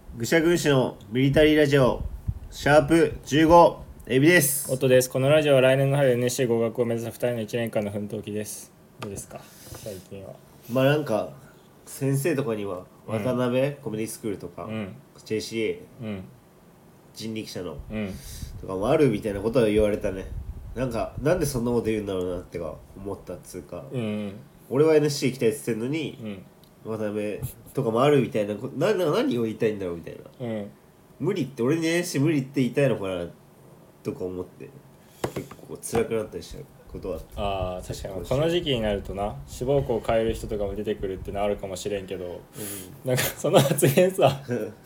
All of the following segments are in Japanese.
愚者軍師のミリタリーラジオシャープ15エビです。 音です。このラジオは来年の春 NSC 合格を目指す2人の1年間の奮闘記です。どうですか最近は。 まあなんか先生とかには渡辺コメディスクールとか、JCA、人力車の、とかもあるみたいなことは言われたね。なんでそんなこと言うんだろうなってか思ったっつうか、俺は NSC 行きたいって言ってんのに、渡辺とかもあるみたいな何を言いたいんだろうみたいな、無理って俺に NSC 無理って言いたいのかなとか思って結構辛くなったりしたことは確かにこの時期になるとな志望校を変える人とかも出てくるってのあるかもしれんけど、なんかその発言さ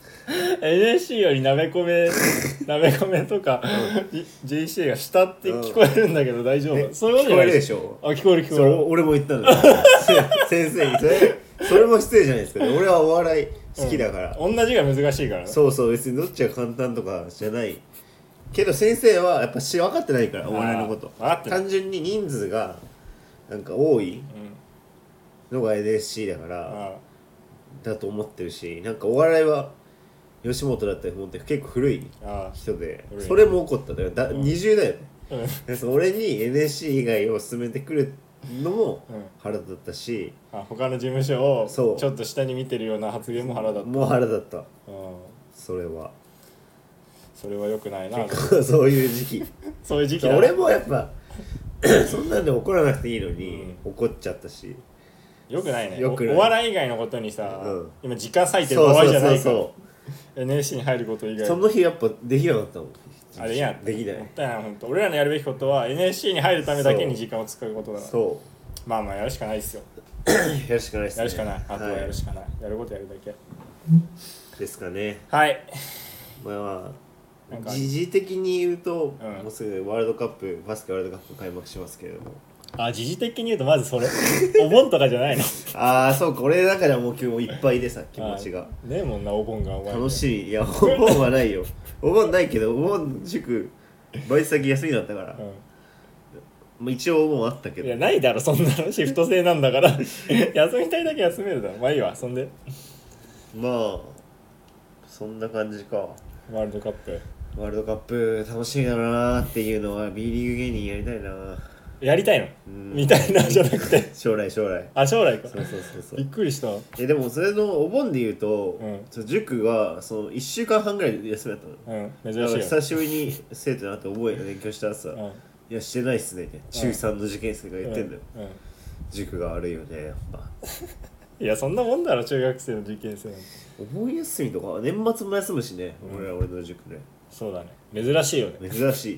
NSC よりなめこめとか、JCA が下って聞こえるんだけど大丈夫？そういうことじゃない？聞こえるでしょ？ 聞こえるそう俺も言ったんだよ先生にそれも失礼じゃないですかね。俺はお笑い好きだから、 同じが難しいからね。 そう別にどっちが簡単とかじゃないけど先生はやっぱ分かってないからお笑いのこと単純に人数がなんか多いのが NSC だからだと思ってるし、なんかお笑いは吉本だったり思って結構古い人でそれも怒っただ20だよね、俺に NSC 以外を進めてくるのも腹立ったし、 他の事務所をちょっと下に見てるような発言も腹立った。 もう腹立った、それは良くないな。 そういう時期そういう時期俺もやっぱそんなんで怒らなくていいのに、怒っちゃったし良くないね。 よくない。 お笑い以外のことにさ、今時間割いてる場合じゃないから。NSC に入ること以外その日やっぱできなかったもん。できない。 もったいない本当。俺らのやるべきことは NSC に入るためだけに時間を使うことだから。まあやるしかないですよ。 やるしかないですね。 やるしかない。あとはやるしかない。やることやるだけですかね。 はい。 まあ時事的に言うと、もうすぐバスケワールドカップ開幕しますけれども。 時事的に言うとまずそれお盆とかじゃないの？ そうか。俺だからもう今日いっぱいでさ気持ちがねえもんな。お盆が楽しい。いやお盆はないよお盆ないけどお盆塾バイト先休みだったから、一応お盆あったけど。 いやないだろそんなの。シフト制なんだから休みたいだけ休めるだろ。まあいいわ。そんでまあそんな感じか。 ワールドカップ楽しみだなっていうのは B リーグ芸人やりたいな。 やりたいの？みたいなじゃなくて将来将来か。 そうびっくりした。 でもそれのお盆で言うと、塾はその1週間半ぐらい休みだったの。 珍しいよ。だから久しぶりに生徒になって覚え勉強したらさ、いやしてないっすねって中3の受験生が言ってんだよ。塾が悪いよねやっぱいやそんなもんだろ中学生の受験生なんて。 お盆休みとか年末も休むしね、俺の塾ね。 そうだね。珍しいよね。 珍しい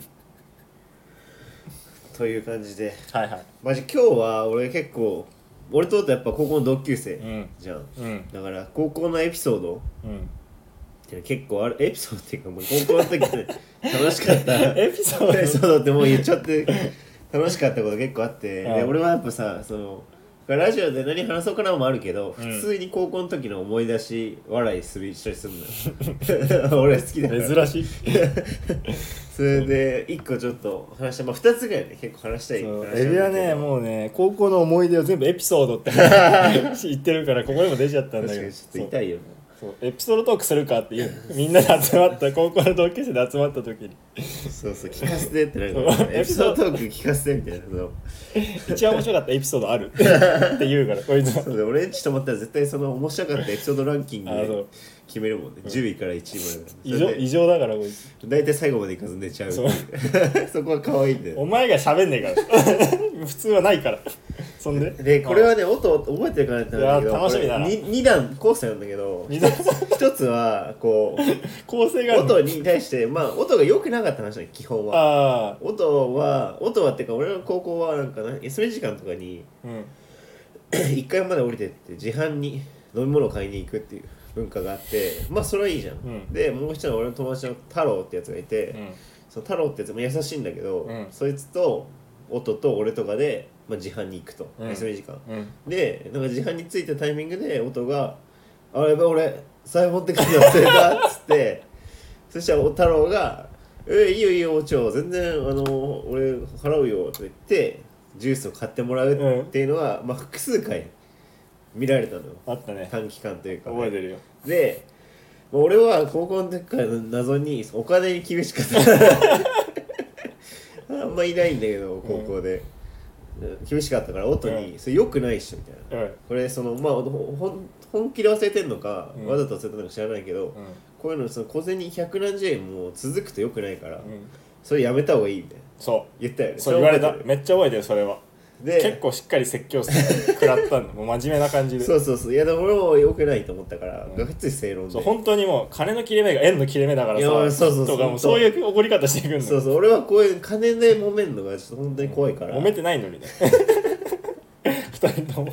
という感じで、マジ今日は俺とやっぱ高校の同級生じゃん、だから高校のエピソードって結構ある。エピソードっていうかもう高校の時って楽しかったエピソードってもう言っちゃって楽しかったこと結構あって、で俺はやっぱさラジオで何話そうかなもあるけど、普通に高校の時の思い出し笑いしたりするのよ俺好きだから珍しいそれで1個ちょっと話した、2つぐらいね結構話したい。 エビはねもうね高校の思い出を全部エピソードって言ってるからここにも出ちゃったんだけど、 確かにちょっと痛いよね。 エピソードトークするかっていうみんなで集まった高校の同級生で集まった時に聞かせてってなるエピソードトーク聞かせてみたいな一番面白かったエピソードあるって言うからこいつは。 そうで俺んちと思ったら絶対その面白かったエピソードランキングで決めるもんね。10位から1位まで異常だからこいつ大体最後までいかず寝ちゃうそこは可愛いんだよ。 お前が喋んねえから普通はないからそんでこれはね音覚えてるかなってなんだけど、 楽しみだな。 2段構成なんだけど一つはこう構成が音に対して音が良くなかった話だね基本は。音はっていうか俺の高校はなんか休み時間とかに1階まで降りてって自販に飲み物を買いに行くっていう文化があって、それはいいじゃん、でもう一人の俺の友達の太郎ってやつがいて、その太郎ってやつも優しいんだけど、そいつと音と俺とかで、自販に行くと、休み時間、でなんか自販に着いたタイミングで音が「やばい俺財布持ってくるの忘れた」っつってそしたら太郎が「いいよいいよ全然俺払うよ」と言ってジュースを買ってもらうっていうのは、複数回見られたのよ。 あったね。 短期間というか、 覚えてるよ。 で俺は高校の時から謎にお金に厳しかったあんまいないんだけど高校で、厳しかったから音に、それ良くないっしょみたいな、これそのまあ本気で忘れてんのか、わざと忘れてんのか知らないけど、こういうのその小銭100何十円も続くと良くないから、それやめた方がいいみたいなそう言ったよね。 そう言われた。めっちゃ覚えてるそれは。で結構しっかり説教食らったんだもう真面目な感じで。 そうそうそう。いやでも俺も良くないと思ったから、がっつり正論で。 そう本当にもう金の切れ目が円の切れ目だからさ。 そうそうそう。 とかもそういう怒り方していくんだよ。 そうそう。俺はこういう金で揉めんのがちょっと本当に怖いから。 揉めてないのにね。二人とも。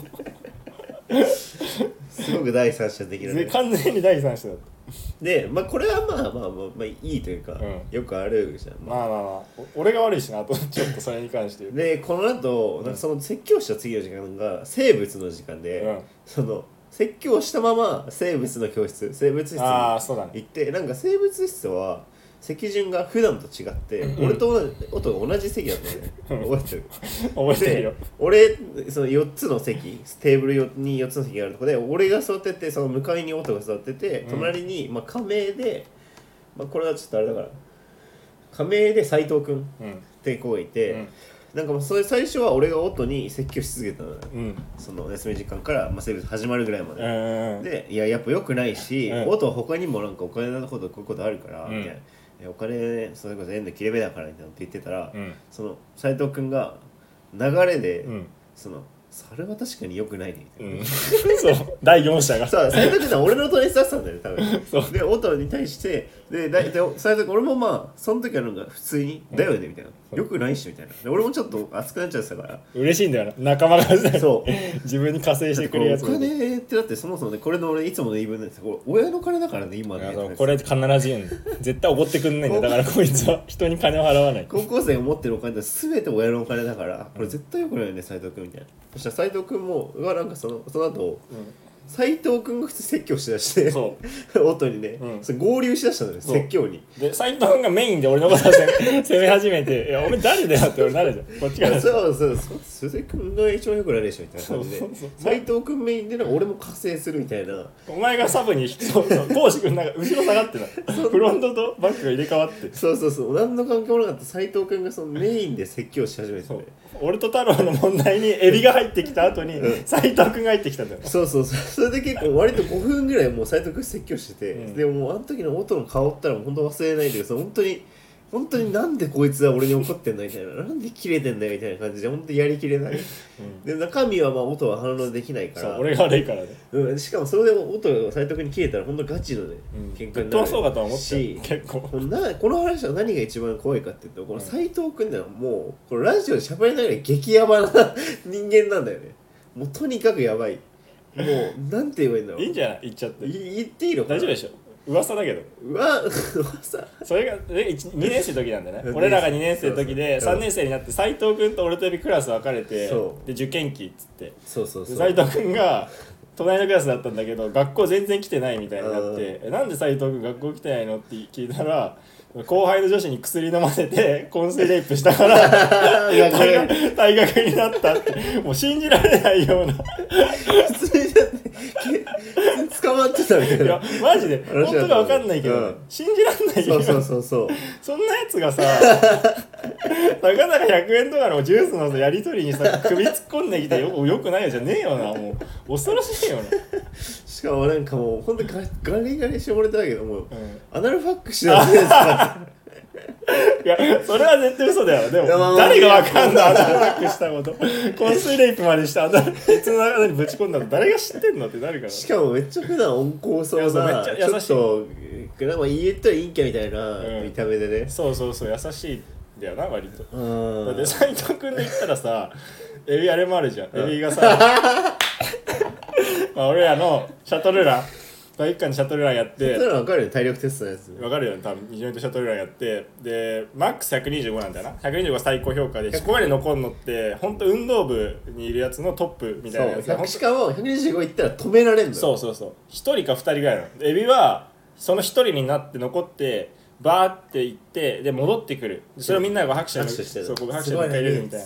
すごく第三者的な、ね。 完全に第三者だった。 で、まあこれはまあいいというか、よくあるじゃん。 まあ俺が悪いしなとちょっとそれに関してでこの後なんかその説教した次の時間が生物の時間で、その説教したまま生物の教室生物室に行って、なんか生物室は席順が普段と違って、俺と音が同じ席だったよね。覚えてる覚えてるよ。 俺その4つの席テーブルに4つの席があるところで俺が座ってて、その向かいに音が座ってて、隣に、まあ、仮名で、まあ、これはちょっとあれだから仮名で斉藤君って子がいて、なんかもうそれ最初は俺が音に説教し続けたのよ、その休み時間から、まあ、生物始まるぐらいまで、でいややっぱ良くないし、音は他にもなんかお金のことこういうことあるから、みたいな。お金それこそ円の切れ目だからみたいなって言ってたら、その斉藤君が流れで、それは確かに良くないねみたいな、 そう第4者がそう斉藤君は俺の隣に座ってたんだよね多分そうで音に対してで斉藤君俺もまあその時はなんか普通にだよねみたいな、良くないっしょみたいなで俺もちょっと熱くなっちゃってたから嬉しいんだよな仲間がそう自分に加勢してくれるやつお金ってだってそもそもねこれの俺いつもの言い分なんですけど親の金だからね今ねこれ必ず言うんだ絶対おごってくんないんだだからこいつは人に金を払わない高校生が持ってるお金って全て親のお金だからこれ絶対良くないよね斉藤君みたいな。そしたら斉藤君もなんかその後、斉藤君が普通説教しだして音にね、それ合流しだしたんだよ説教に。 で斉藤君がメインで俺のことを攻め始めて「いやお前誰だよ」って俺なるじゃんこっちからそう鈴木君が一番良くないでしょみたいな感じで斉藤君メインでなんか俺も加勢するみたいな。 お前がサブに講師君なんか後ろ下がってたフロントとバックが入れ替わってそう何の関係もなかった斉藤君がそのメインで説教し始めてて、 俺と太郎の問題にエビが入ってきた後に斉藤君が入ってきたんだよ。 そうそれで結構割と5分ぐらいもう斉藤君説教してて、でももうあの時の音の顔ったらもう本当忘れないで本当になんでこいつは俺に怒ってんだみたいななんでキレてんだよみたいな感じで本当にやりきれない、で中身はまあ音は反応できないからそう俺が悪いからね、 しかもそれでも音が斉藤君に切れたら本当ガチのね、喧嘩になるそうかとは思って結構この話は何が一番怖いかっていうとこの斉藤君ってのはもうこのラジオで喋りながら激ヤバな人間なんだよね。もうとにかくヤバい。もうなんて言えばいいんだろう。 いいんじゃない言っちゃって言っていいのかな。 大丈夫でしょ噂だけど噂それが2年生の時なんだよね俺らが2年生の時で3年生になって斉藤君と俺とクラス分かれてで受験期っつって斉藤君が隣のクラスだったんだけど学校全然来てないみたいになってなんで斉藤君学校来てないのって聞いたら後輩の女子に薬飲ませて昏睡レイプしたから退学になったってもう信じられないような普通にだって捕まってたみたいな。いやマジで本当か分かんないけど、信じらんないよ。 そうそんなやつがさたかだか100円とかのジュースのやり取りにさ首突っ込んできてよくないよじゃねえよな。もう恐ろしいよな。 しかもなんかもうほんとガリガリ絞れたけども、アナルファックしないですかいやそれは絶対嘘だよ。でも誰が分かんのアナルファックしたこと昏睡レイプまでした鉄の中にぶち込んだの誰が知ってんのってなるから。 しかもめっちゃ普段温厚そうなちょっとなんか言ったら陰キャみたいな見た目でね、 そう優しいんだよな割と。だって斉藤君で言ったらさエビあれもあるじゃん。エビがさまあ俺らのシャトルラン体育館でシャトルランやってそれ分かるよ体力テストのやつ分かるよね多分20メートルシャトルランやってでマックス125なんだよな。125が最高評価でそこまで残るのって本当運動部にいるやつのトップみたいなやつ。 そうしかも125いったら止められんの。 そう1人か2人ぐらいのエビはその1人になって残ってバーって行ってで戻ってくるそれをみんなが拍手してそう拍手で迎え入れるみたいな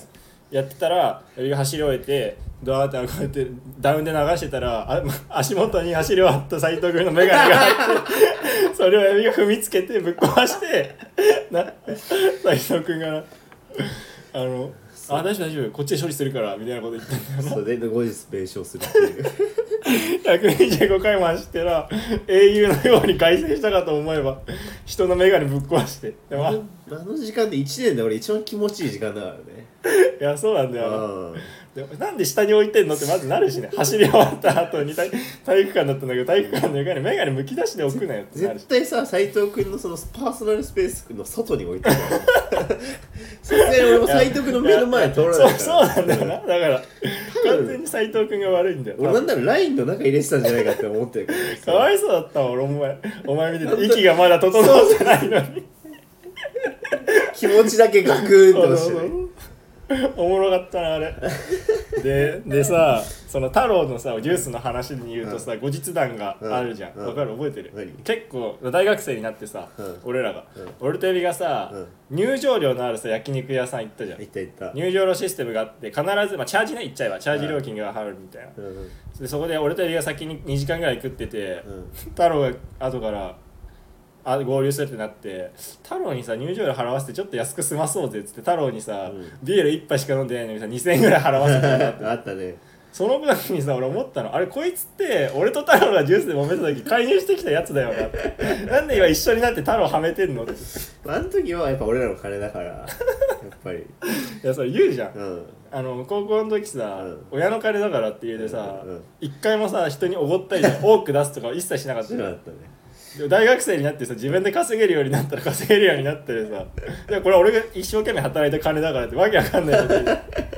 やってたらエビが走り終えてドーってこうやってダウンで流してたら足元に走り終わった斉藤君の眼鏡があってそれをエビが踏みつけてぶっ壊して斉藤君が大丈夫大丈夫こっちで処理するからみたいなこと言ってんだよな。 それで後日弁償するっていう 125回も走ってら英雄のように凱旋したかと思えば人の眼鏡ぶっ壊してでもあの時間で1年で俺一番気持ちいい時間だからね。 いやそうなんだよな。でもなんで下に置いてんのってまずなるしね走り終わった後に体育館だったんだけど体育館の床に眼鏡むき出しで置くなよってなるし絶対さ斉藤君のそのパーソナルスペースの外に置いてるさすがに俺も斉藤君の目の前通らないからそうなんだよな。だから完全に斉藤君が悪いんだよ。 俺なんならラインの中入れてたんじゃないかって思ってるかわいそうだったわ俺お前見てて息がまだ整ってないのに気持ちだけガクーンとして、ね、 おもろかったなあれでさその太郎のさジュースの話に言うとさ、後日談があるじゃん。わかる覚えてる？結構大学生になってさ、俺らが、俺とエビがさ、入場料のあるさ焼肉屋さん行ったじゃん。 行った入場料システムがあって必ず、チャージね行っちゃえばチャージ料金が入るみたいな、でそこで俺とエビが先に2時間ぐらい食ってて、太郎が後から合流するってなって太郎にさ入場料払わせてちょっと安く済まそうぜっつって太郎にさ、ビール1杯しか飲んでないのにさ2000円ぐらい払わせてあったね。 その分にさ俺思ったのあれこいつって俺と太郎がジュースで揉めた時介入してきたやつだよなってなんで今一緒になって太郎はめてんのってあの時はやっぱ俺らの金だからやっぱりいやそれ言うじゃん、高校の時さ、親の金だからって言うでさ、一回もさ人におごったり多く出すとか一切しなかったじゃん。大学生になってさ自分で稼げるようになったら稼げるようになってるさいやこれは俺が一生懸命働いた金だからってわけわかんないこと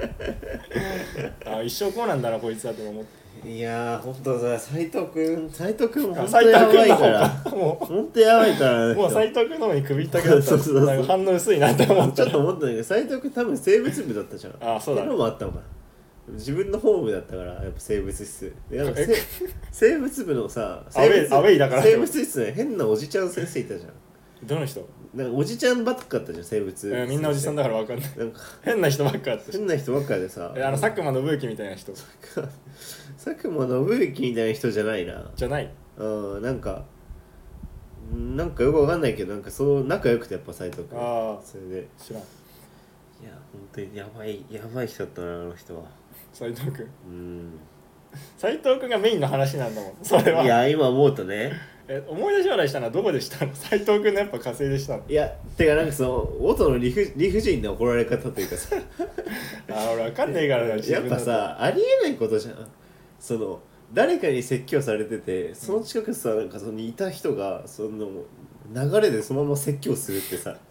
一生こうなんだなこいつはって思って。 いやーほんとさ斉藤君ほんとやばいからもうほんとやばいからもう斉藤君の方に首ったけどなんか反応薄いなって思ったちょっと思ったんだけど斉藤君多分生物部だったじゃん。 そうだね。 ってのもあったのかな。自分のホームだったからやっぱ生物室生物部のさアウェイだから生物室ね変なおじちゃん先生いたじゃん。 どの人？ なんかおじちゃんばっかだったじゃん生物、 みんなおじさんだから分かんない。なんか変な人ばっかだった変な人ばっかでさ佐久間信之みたいな人佐久間信之みたいな人じゃないな。 じゃない。 なんかよくわかんないけどなんかそう仲良くてやっぱ斉藤君それで知らん。いや本当にやばい人だったなあの人は。 斉藤君斉藤君がメインの話なんだもんそれは。 いや今思うとね思い出し笑いしたのはどこでしたの？斉藤君のやっぱ稼いでしたの？ いやてかなんかその音の理不尽な怒られ方というかさ俺わかんねえからなやっぱさありえないことじゃん。その誰かに説教されててその近くさなんかそのいた人がその流れでそのまま説教するってさ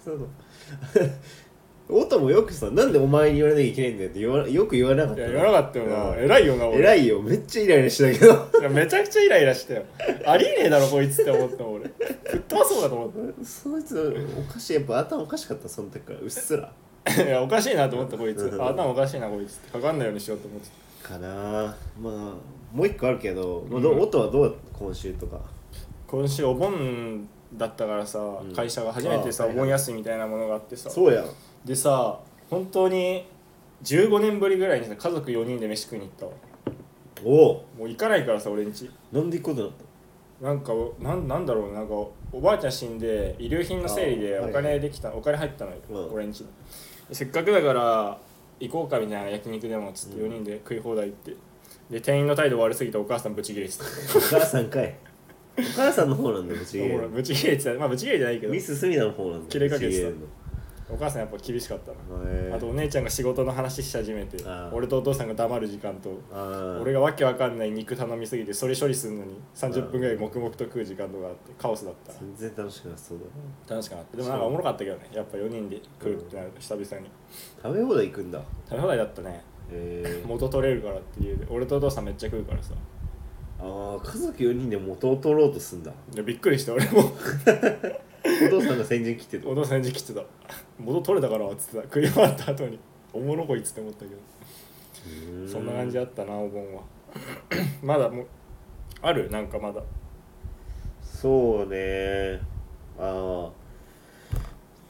音もよくさなんでお前に言われなきゃいけないんだよってよく言わなかった。 いや言わなかったよな。偉いよな俺。 偉いよめっちゃイライラしたけどいやめちゃくちゃイライラしたよ。ありえねえだろこいつって思った俺。吹っ飛ばそうだと思った。 そいつおかしいやっぱ頭おかしかったその時からうっすらいやおかしいなと思ったこいつ頭おかしいなこいつってかかんないようにしようと思ってかな。まあもう一個あるけど、音はどう今週とか。 今週お盆だったからさ、会社が初めてさお盆休みみたいなものがあってさそうやでさ本当に15年ぶりぐらいにさ家族4人で飯食いに行ったわ。もう行かないからさ俺んち。 なんで行くことになった？ なんだろうなんかおばあちゃん死んで遺留品の整理でお金入ったのよ、俺んちに。せっかくだから行こうかみたいな焼肉でもっつって4人で食い放題行ってで店員の態度悪すぎてお母さんブチギレてた。 お母さんかい。お母さんの方なんだブチギレる。 ブチギレてた。まあブチギレじゃないけどミス隅田の方なんだ。 切れかけてた。お母さんやっぱ厳しかったな。あとお姉ちゃんが仕事の話し始めて俺とお父さんが黙る時間と俺がわけわかんない肉頼みすぎてそれ処理するのに30分ぐらい黙々と食う時間とかあってカオスだった。 全然楽しくなさそうだ。 楽しくなった。でもなんかおもろかったけどねやっぱ4人で食うってなると久々に食べ放題行くんだ。 食べ放題だったね。元取れるからっていうで俺とお父さんめっちゃ食うからさ。 家族4人で元を取ろうとすんだ。 いやびっくりした俺もお父さんが先陣切ってた。 お父さん先陣切ってた。元取れたからっつってた。食い終わった後におもろこいっつって思ったけどそんな感じあったなお盆はまだもうあるなんかまだ。 そうね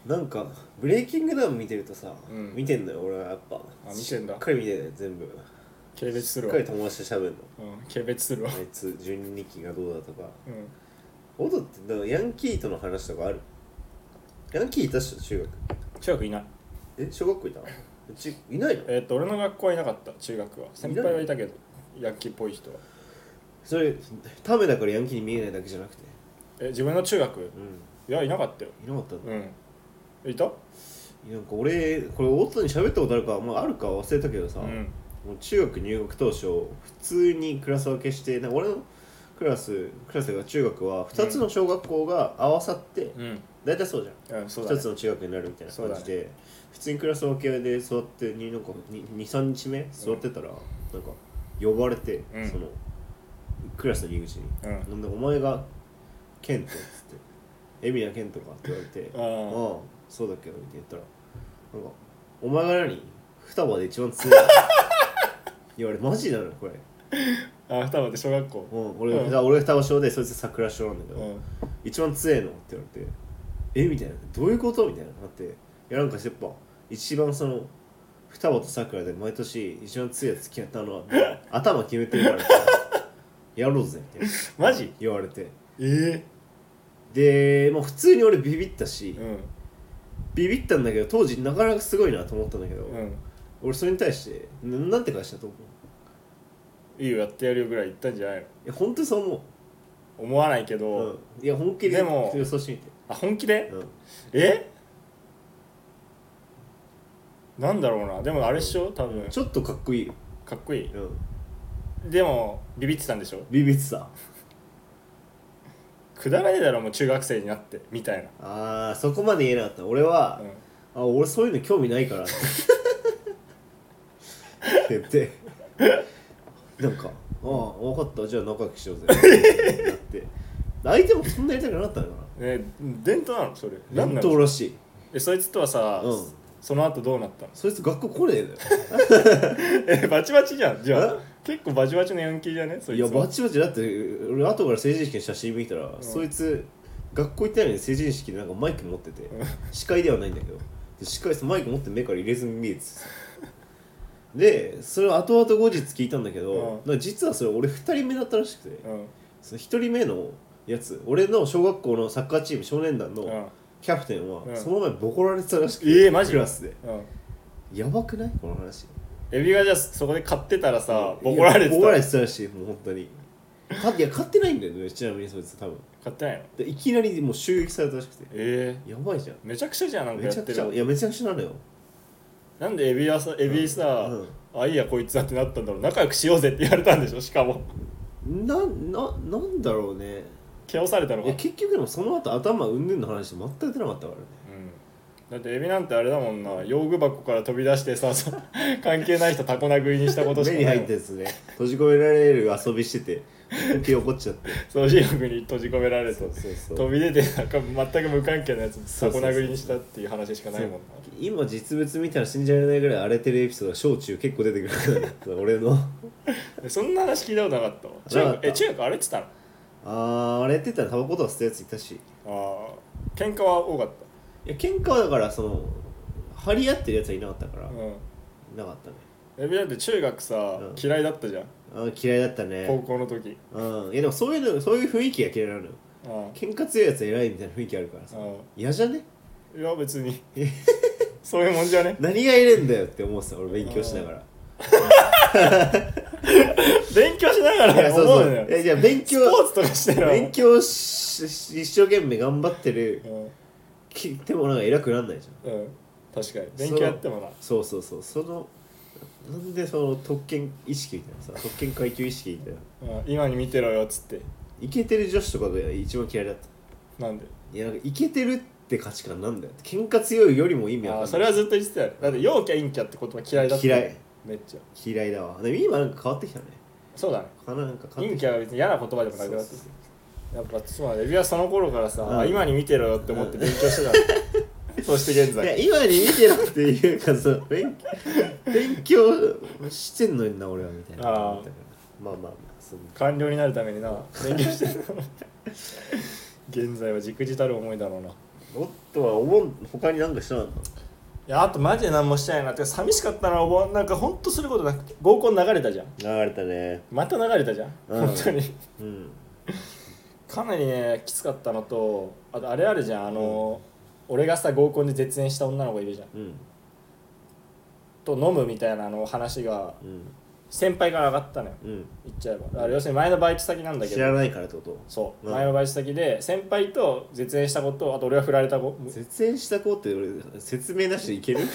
なんかブレイキングダウン見てるとさ、 うん、 見てんのよ俺はやっぱ。 見てんだ。 しっかり見てる全部。 軽蔑するわ。 しっかり友達と喋るの。 軽蔑するわ。 あいつ12期がどうだとか。 うん。 オドってだからヤンキーとの話とかある？ヤンキーいたっしょ中学？ 中学いない。 小学校いた？いないの？ 俺の学校はいなかった。中学は先輩はいたけど、ヤンキーっぽい人は。 それためだからヤンキーに見えないだけじゃなくて。 自分の中学？いやいなかったよ。 いなかったんだ。 いた？ なんか俺これオドに喋ったことあるか、あるか忘れたけどさ、もう中学入学当初普通にクラス分けして、なんか俺のクラスが中学は2つの小学校が合わさって、大体そうじゃん、2つの中学になるみたいな感じで、普通にクラス分けで座ってなんか 2,3 日目座ってたら、なんか呼ばれて、そのクラスの入り口に、なんでお前がケントっつって海老名ケントかって言われて、ああそうだけどって言ったら、なんかお前が何双葉で一番強い言われ、マジなのこれ。 双葉って小学校。 俺双葉小で、そいつ桜小なんだけど、一番強いのって言われて、みたいな、どういうことみたいななって、いやなんかやっぱ一番その双葉と桜で毎年一番強いやつ付き合ったのは頭決めてるからやろうぜみたいなマジ言われて、でもう普通に俺ビビったし、ビビったんだけど、当時なかなかすごいなと思ったんだけど、俺それに対してなんて返したと思う？ いいよやってやるよぐらい言ったんじゃないの？いや本当にそう思わないけど、 いや本気で予想してみて。 本気で？なんだろうな。でもあれっしょ多分ちょっとかっこいいよ。 かっこいい。でもビビってたんでしょ？ ビビってた。 くだらねえだろもう中学生になってみたいな。そこまで言えなかった。俺は、俺そういうの興味ないからって言ってなんか分かったじゃあ仲良くしようぜってなって相手もそんなやりたくなかったのかな。 伝統なのそれ？ 伝統らしい。 そいつとはさ、その後どうなったの？ そいつ学校来ねえだよバチバチじゃん。じゃあ結構バチバチのヤンキーじゃねそいつは。 いやバチバチだって、俺後から成人式の写真見たら、そいつ学校行ってないのに成人式でなんかマイク持ってて、司会ではないんだけど、司会マイク持って目から入れずに見えてでそれを後々後日聞いたんだけど、実はそれ俺2人目だったらしくて、その1人目のやつ、俺の小学校のサッカーチーム少年団のキャプテンはその前ボコられてたらしくて、 マジクラスで、やばくないこの話。 エビがじゃあそこで買ってたらさ、ボコられてた。 ボコられてたらしい。もう本当にいや買ってないんだよね。ちなみにそいつ多分買ってないので、いきなりもう襲撃されたらしくて、やばいじゃん。 めちゃくちゃじゃん。なんかやってる。 いやめちゃくちゃなのよ。 なんでエビさ、いいやこいつだってなったんだろう。仲良くしようぜって言われたんでしょ。しかもなんだろうね。 蹴落されたのか。 結局でもその後頭うんぬんの話全く出なかったからね。 だってエビなんてあれだもんな、用具箱から飛び出してさ関係ない人タコ殴りにしたことしかない。 目に入ったやつね、閉じ込められる遊びしてて本気起こっちゃって掃除力に閉じ込められて飛び出てなんか全く無関係なやつタコ殴りにしたっていう話しかないもんな。 今実物見たら信じられないぐらい荒れてるエピソードが小中結構出てくる俺のそんな話聞いたことなかったわ。中学荒れてたの？ 荒れてたらタバコとか吸ったやついたし。 喧嘩は多かった？ いや喧嘩はだからその張り合ってるやつはいなかったから、なかったね。 エビだって中学さ、嫌いだったじゃん。 嫌いだったね高校の時。 いやでもそういう雰囲気が嫌いなのよ。喧嘩強いやつは偉いみたいな雰囲気あるからさ、嫌じゃね？ いや別にそういうもんじゃね。 何が入れんだよって思ってた俺勉強しながら勉強しながら思うのよ。 じゃあ勉強スポーツとかしてる勉強一生懸命頑張ってる、でもなんか偉くなんないじゃん。 確かに勉強やってもな。 そうそのなんでその特権意識みたいなさ、特権階級意識みたいな、 今に見てろよっつってイケてる女子とかが一番嫌いだった。 なんで？ いやなんかイケてるって価値観なんだよ。喧嘩強いよりも意味わかんない。 それはずっと言ってたよ。だって陽キャ陰キャって言葉嫌いだった。 嫌い。 めっちゃ嫌いだわ。でも今なんか変わってきたね。 そうだね。 なんか陰キャは別に嫌な言葉でもなくなってきて、やっぱそうだね。エビはその頃からさ、今に見てろよって思って勉強してたそして現在。 いや今に見てろっていうかさ、勉強してんのにな俺はみたいな。まあ官僚になるためにな勉強してるの現在はじくじたる思いだろうな。 オットはお盆他に何かしたの？ いやあとマジで何もしてないなって寂しかったなお盆なんかほんとすることなくて合コン流れたじゃん流れたねまた流れたじゃん、 うん、 本当にうんかなりねきつかったのとあとあれあるじゃん俺がさ合コンで絶縁した女の子いるじゃん、 うん、 と飲むみたいな話がうん先輩から上がったのよ、 うん、 言っちゃえばだから要するに前のバイト先なんだけど知らないからってこと？ そう、 うん、前のバイト先で先輩と絶縁した子とあと俺が振られた子絶縁した子って俺説明なしでいける？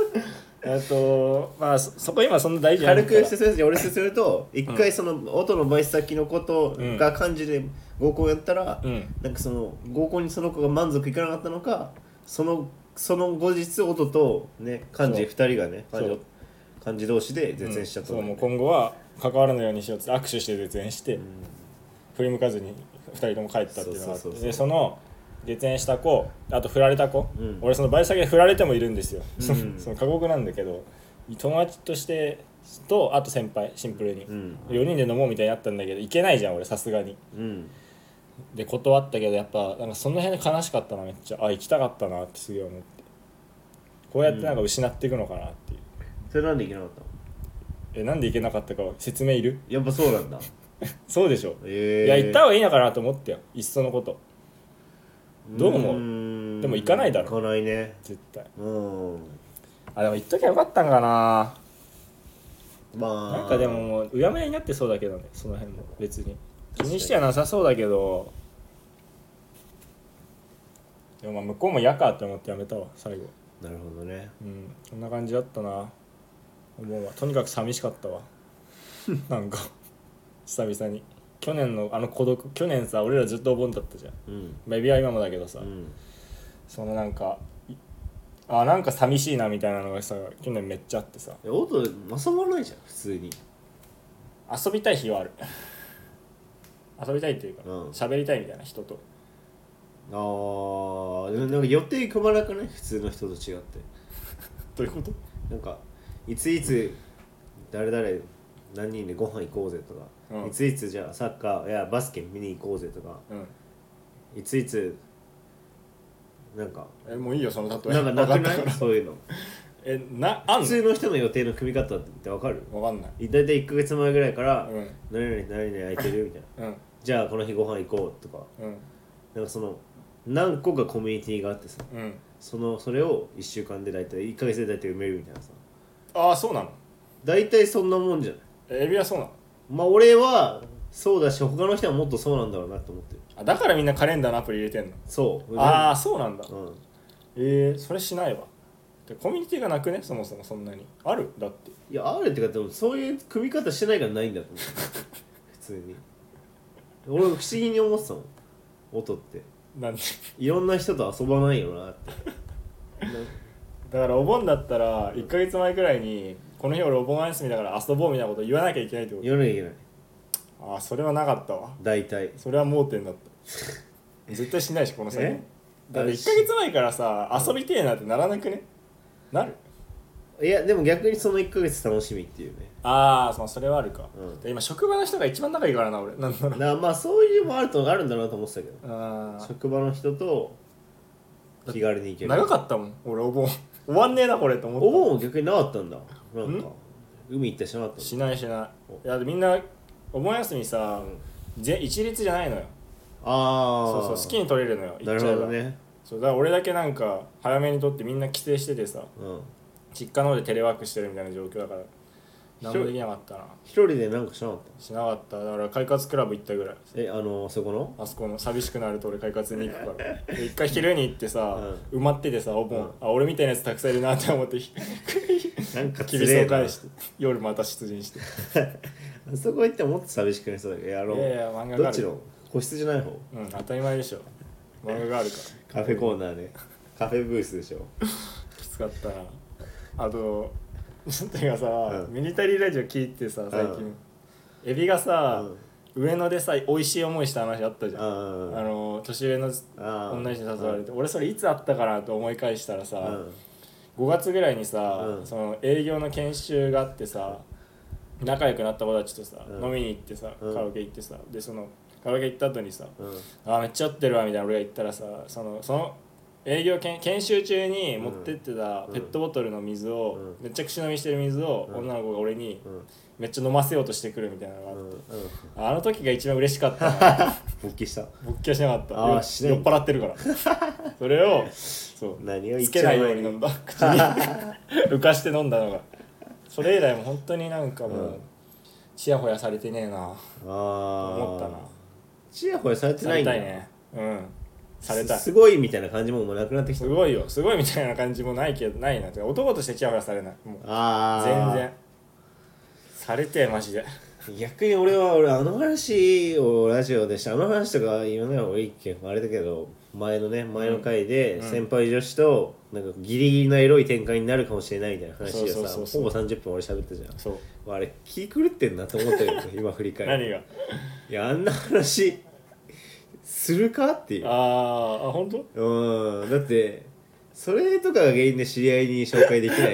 まあそこ今そんな大事じゃない軽く説明して俺説明すると一回その音のバイト先のことが感じで合コンやったら、うん、なんかその合コンにその子が満足いかなかったのかその後日音とね幹事2人がね幹事同士で絶縁しちゃった、 そうもう今後は関わらないようにしようって握手して絶縁して、振り向かずに2人とも帰ったっていうのがあってでその絶縁した子あと振られた子、俺そのバイト先で振られてもいるんですよ、その過酷なんだけど友達としてとあと先輩シンプルに、4人で飲もうみたいになったんだけど行けないじゃん俺さすがに、で断ったけどやっぱなんかその辺で悲しかったなめっちゃ行きたかったなってすげえ思ってこうやってなんか失っていくのかなっていう、 それなんで行けなかったの？ なんで行けなかったか説明いる？ やっぱそうなんだそうでしょ、いや行った方がいいのかなと思ってよいっそのことどう思う？でも行かないだろ行かないね絶対でも行っときゃよかったんかなまあなんかでもうやめになってそうだけどねその辺も別に気にしてはなさそうだけどでもまあ向こうも嫌かって思ってやめたわ最後なるほどねそんな感じだったな思うわとにかく寂しかったわなんか久々に去年の孤独去年さ俺らずっとお盆だったじゃん、まあエビは今もだけどさ、そのなんかなんか寂しいなみたいなのがさ去年めっちゃあってさ音遊ばないじゃん普通に遊びたい日はある遊びたいっていうか喋、りたいみたいな人となんか予定組まなくない普通の人と違ってどういうこと？ なんかいついつ誰々何人でご飯行こうぜとか、いついつじゃあサッカーいやバスケ見に行こうぜとか、いついつなんかもういいよその例えなんかなくないそういうの普通の人の予定の組み方って分かる？ 分かんない。 大体1ヶ月前ぐらいから何々何々空いてるみたいな、じゃあこの日ご飯行こうとか、なんかその何個かコミュニティがあってさ、それを1週間で大体1ヶ月で大体埋めるみたいなさそうなの？ 大体そんなもんじゃない？ エビはそうなの？ まあ俺はそうだし他の人はもっとそうなんだろうなと思ってる。 だからみんなカレンダーのアプリ入れてんの？ そうそうなんだ、それしないわ。コミュニティがなくねそもそもそんなにあるだって。 いやあるってかでもそういう組み方してないからないんだと思う普通に俺不思議に思ってたもん音ってなんでいろんな人と遊ばないよなってだからお盆だったら1ヶ月前くらいにこの日俺お盆休みだから遊ぼうみたいなこと言わなきゃいけないってこと？ 言わなきゃいけない。 それはなかったわ。 大体それは盲点だった絶対しないしこの先だって1ヶ月前からさ遊びてえなってならなくね？なる？ いやでも逆にその1ヶ月楽しみっていうね。 それはあるか、今職場の人が一番仲いいからな俺なんだろうまあそういうのもあるんだなと思ってたけど職場の人と気軽に行ける。 長かったもん俺お盆終わんねえなこれと思った。 お盆逆になかったんだ。なんか海行ってしまった。 しないいやみんなお盆休みさ、一律じゃないのよ。そう好きに取れるのよ。 なるほどね。 そうだから俺だけなんか早めに取ってみんな帰省しててさ、実家の方でテレワークしてるみたいな状況だから何もできなかったな。 一人でなんかしなかった？しなかった。だから快活クラブ行ったぐらい。 そこの？ あそこの寂しくなると俺快活に行くから一回昼に行ってさ、埋まっててさお盆、俺みたいなやつたくさんいるなって思ってなんか厳しさを返して夜また出陣してあそこ行ってもっと寂しくなりそうだけど漫画がある。どっちの？個室じゃない方？ 当たり前でしょ。漫画があるからカフェコーナーねカフェブースでしょ。 きつかったな。あとてかさ、ミリタリーラジオ聞いてさ最近、エビがさ、上野でさ美味しい思いした話あったじゃん。年上の女の人に誘われて、俺それいつあったかなと思い返したらさ、5月ぐらいにさ、その営業の研修があってさ仲良くなった子たちとさ、飲みに行ってさカラオケ行ってさでそのカラオケ行った後にさ、めっちゃ酔ってるわみたいな俺が言ったらさその営業研修中に持ってってたペットボトルの水を、めっちゃ口飲みしてる水を女の子が俺にめっちゃ飲ませようとしてくるみたいなのがあって、あの時が一番嬉しかったな。 勃起した？ 勃起はしなかった。酔っ払ってるからそれをそう何をつけないように飲んだ、口に浮かして飲んだのが。それ以来も本当になんかもうチヤホヤされてねえな思ったな。 チヤホヤされてないんだ。 されたいね。されたい。 すごいみたいな感じもなくなってきた。 すごいよ、すごいみたいな感じもないけど、ないな。男としてチヤホヤされない。もう全然されてマジで。 逆に俺あの話をラジオでしたあの話とか言わない方がいいっけ、あれだけど前の回で先輩女子となんかギリギリのエロい展開になるかもしれないみたいな話をさ、ほぼ30分俺喋ったじゃん。あれ気狂ってんなと思ったけど今振り返る。 何が？ いやあんな話するかっていう。 本当？ だってそれとかが原因で知り合いに紹介できない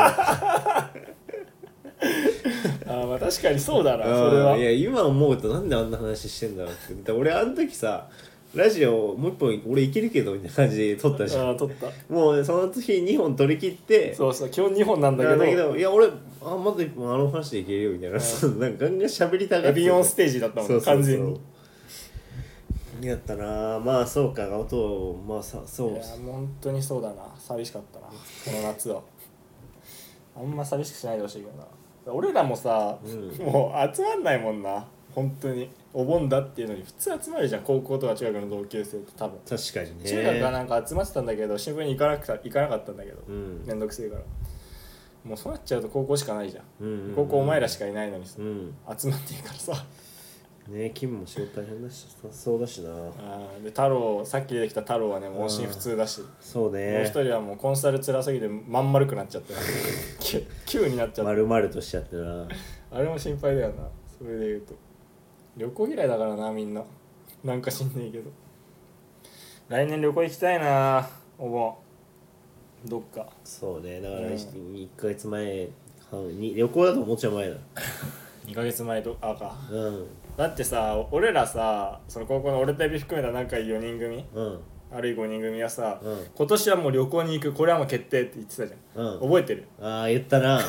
まあ確かにそうだな、それは。 いや今思うとなんであんな話してんだろうって。俺あの時さラジオもう一本俺いけるけどみたいな感じで撮ったじゃん。 撮った。 もうその時2本撮り切って、 そう基本2本なんだけど、 いや俺まだ1本あの話でいけるよみたいな、なんかガンガン喋りたがってエビオンステージだったもんね、完全に。 やったな。まあそうか、音まあそう。 いやもう本当にそうだな、寂しかったなこの夏は。あんま寂しくしないでほしいけどな。俺らもさ、もう集まんないもんな本当に。お盆だっていうのに普通集まるじゃん、高校とか中学の同級生って多分。 確かにね。 中学はなんか集まってたんだけど新聞に行かなかったんだけど、めんどくせえから。もうそうなっちゃうと高校しかないじゃん、高校お前らしかいないのにさ、集まっていいからさね。キムも仕事大変だしそうだしな。 で太郎、さっき出てきた太郎はねもう音信不通だし、 そうね。 もう一人はもうコンサル辛すぎてまん丸くなっちゃって9になっちゃって丸々としちゃってな。 あれも心配だよな。それで言うと旅行嫌いだからな、みんな。なんか知んねえけど来年旅行行きたいな、お盆どっか。 そうね、だから1ヶ月前に旅行だともうちょい前だ。 2ヶ月前とか、だってさ俺らさ、その高校の俺とエビ含めた仲いい4人組、あるいは5人組はさ、今年はもう旅行に行く、これはもう決定って言ってたじゃん、覚えてる？ 言ったな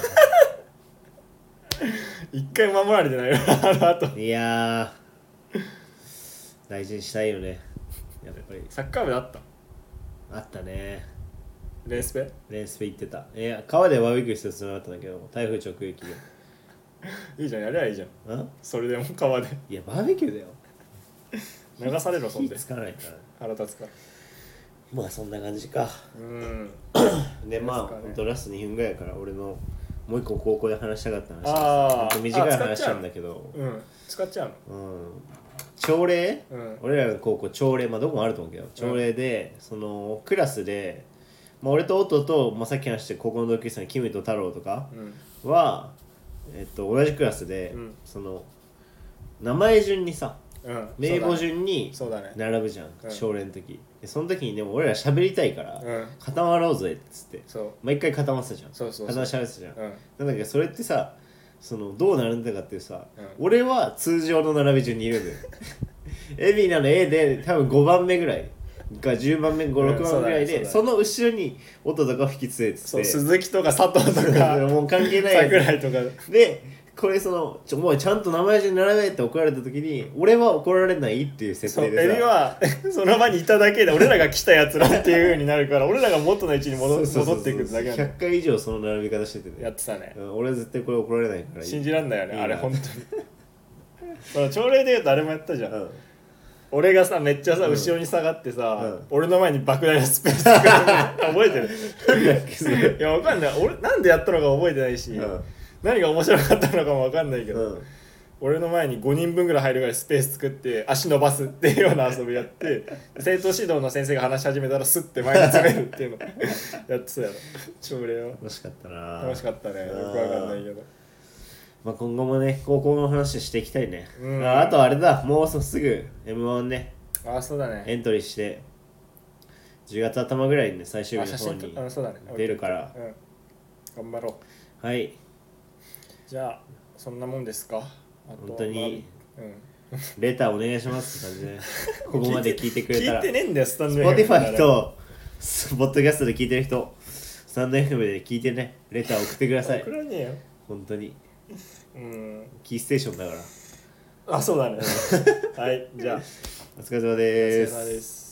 一回守られてないよあの後。 いや大事にしたいよねやっぱり。 サッカー部であったね。 レースペ行ってた。いや川でバーベキューするつもりだったんだけど台風直撃で。 いいじゃん、やりゃいいじゃん。それでも川で。 いやバーベキューだよ流されろ、そんで。 火つかないから腹立つから。 まあそんな感じか。でまあほんとラスト2分ぐらいから俺のもう一個高校で話したかった話です。短い話なんだけど、 使っちゃうの。 朝礼、俺らの高校朝礼、まあどこもあると思うけど朝礼で、そのクラスで、俺と音と、さっき話して高校の同級生のキムと太郎とかは、同じクラスで、その名前順にさ、名簿順に並ぶじゃん、朝礼の時。その時にでも俺ら喋りたいから固まろうぜっつって毎回固まってたじゃん。固まって喋ってたじゃん。なんだけどそれってさ、そのどうなるんだかっていうさ、俺は通常の並び順にいるんだよエビナの A で多分5番目ぐらいか10番目6番目ぐらいで、その後ろに音とかを引き連れてて、 鈴木とか佐藤とかもう関係ない桜井とかで、これそのもうちゃんと名前順に並べって怒られた時に俺は怒られないっていう設定でさ、 エビはその場にいただけで俺らが来たやつらっていう風になるから俺らが元の位置に戻っていくだけなんだよ。 100回以上その並び方しててね、 やってたね。 俺は絶対これ怒られないから信じらんないよね、あれ本当にその朝礼で言うとあれもやったじゃん、俺がさめっちゃさ後ろに下がってさ、俺の前に莫大なスペース作る覚えてる？なんだっけそれ。いやわかんない、俺なんでやったのか覚えてないし、何が面白かったのかもわかんないけど、俺の前に5人分ぐらい入るぐらいスペース作って足伸ばすっていうような遊びやって生徒指導の先生が話し始めたらスッて前に詰めるっていうのやってたよ朝礼は。 楽しかったな。 楽しかったね。よくわかんないけど、 今後もね高校の話していきたいね。あとあれだ、もうすぐ M1 ね、 そうだね、 エントリーして10月頭ぐらいにね最終日の方に出るから、 頑張ろう。はい、 じゃあそんなもんですか。 本当に、レターお願いしますって感じでここまで聞いてくれたら聞いてねえんだよ、スタンド Spotify とポッドキャストで聞いてる人スタンド FM で聞いてねレター送ってください。 送らねえよ本当にキーステーションだから。 あ、そうだねはい、じゃあお疲れ様です。 お疲れ様です。